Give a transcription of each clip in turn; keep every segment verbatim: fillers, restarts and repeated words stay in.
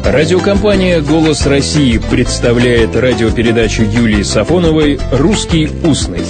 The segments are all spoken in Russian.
Радиокомпания «Голос России» представляет радиопередачу Юлии Сафоновой «Русский устный».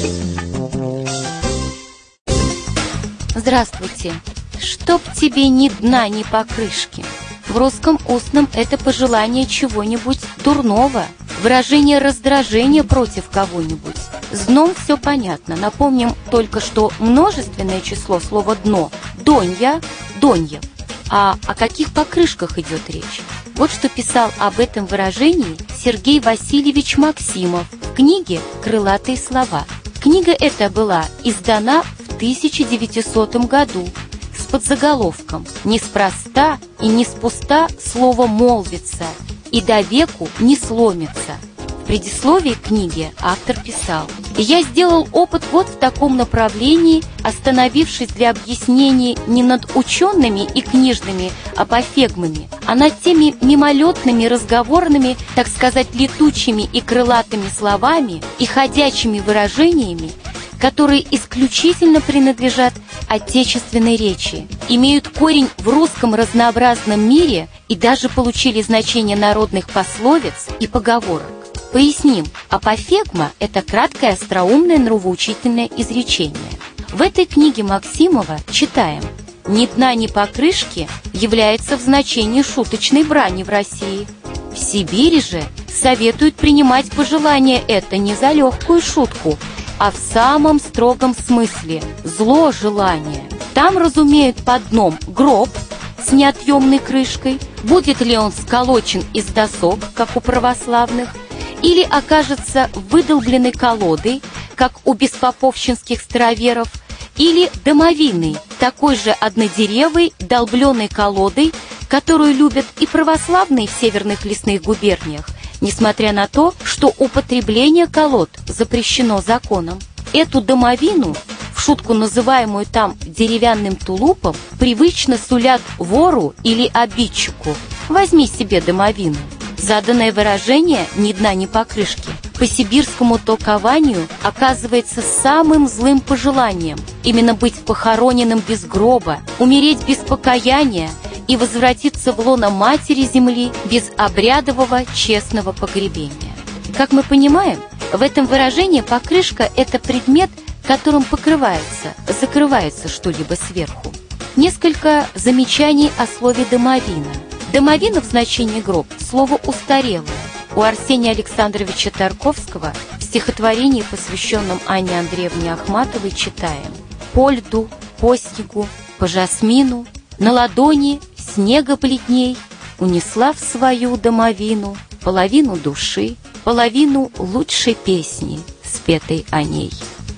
Здравствуйте. Чтоб тебе ни дна, ни покрышки. В русском устном это пожелание чего-нибудь дурного, выражение раздражения против кого-нибудь. С дном все понятно. Напомним только, что множественное число слова «дно» – «донья», «доньев». А о каких покрышках идет речь? Вот что писал об этом выражении Сергей Васильевич Максимов в книге «Крылатые слова». Книга эта была издана в тысяча девятисотом году с подзаголовком «Неспроста и неспуста слово молвится, и до веку не сломится». В предисловии к книге автор писал: «И я сделал опыт вот в таком направлении, остановившись для объяснений не над учеными и книжными апофегмами, а над теми мимолетными разговорными, так сказать, летучими и крылатыми словами и ходячими выражениями, которые исключительно принадлежат отечественной речи, имеют корень в русском разнообразном мире и даже получили значение народных пословиц и поговорок». Поясним, апофегма – это краткое остроумное нравоучительное изречение. В этой книге Максимова читаем: «Ни дна, ни покрышки» является в значении шуточной брани в России. В Сибири же советуют принимать пожелание это не за легкую шутку, а в самом строгом смысле – зло желание. Там разумеют под дном гроб с неотъемной крышкой, будет ли он сколочен из досок, как у православных, или окажется выдолбленной колодой, как у беспоповщинских староверов, или домовиной, такой же однодеревой долбленной колодой, которую любят и православные в северных лесных губерниях, несмотря на то, что употребление колод запрещено законом. Эту домовину, в шутку называемую там деревянным тулупом, привычно сулят вору или обидчику: «Возьми себе домовину». Заданное выражение «ни дна, ни покрышки» по сибирскому толкованию оказывается самым злым пожеланием: именно быть похороненным без гроба, умереть без покаяния и возвратиться в лоно матери земли без обрядового честного погребения. Как мы понимаем, в этом выражении покрышка – это предмет, которым покрывается, закрывается что-либо сверху. Несколько замечаний о слове «домовина». Домовина в значении гроб – слово устарелое. У Арсения Александровича Тарковского в стихотворении, посвященном Анне Андреевне Ахматовой, читаем: «По льду, по снегу, по жасмину, на ладони снега бледней унесла в свою домовину половину души, половину лучшей песни, спетой о ней».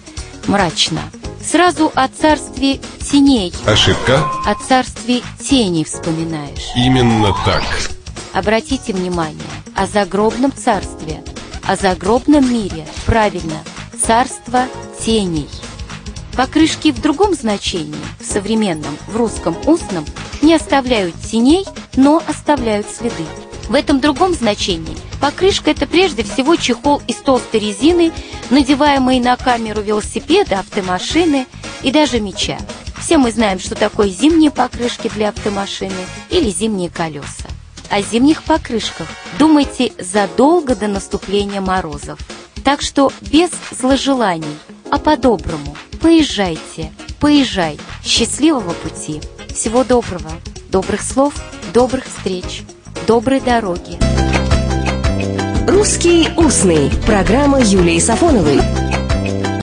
Мрачно. Сразу о царстве теней. Ошибка. О царстве теней вспоминаешь. Именно так. Обратите внимание, о загробном царстве, о загробном мире, правильно, царство теней. Покрышки в другом значении, в современном, в русском устном, не оставляют теней, но оставляют следы. В этом другом значении покрышка – это прежде всего чехол из толстой резины, надеваемый на камеру велосипеда, автомашины и даже меча. Все мы знаем, что такое зимние покрышки для автомашины или зимние колеса. О зимних покрышках думайте задолго до наступления морозов. Так что без зложеланий, а по-доброму. Поезжайте, поезжай. Счастливого пути. Всего доброго. Добрых слов, добрых встреч. Доброй дороги. «Русский устный». Программа Юлии Сафоновой.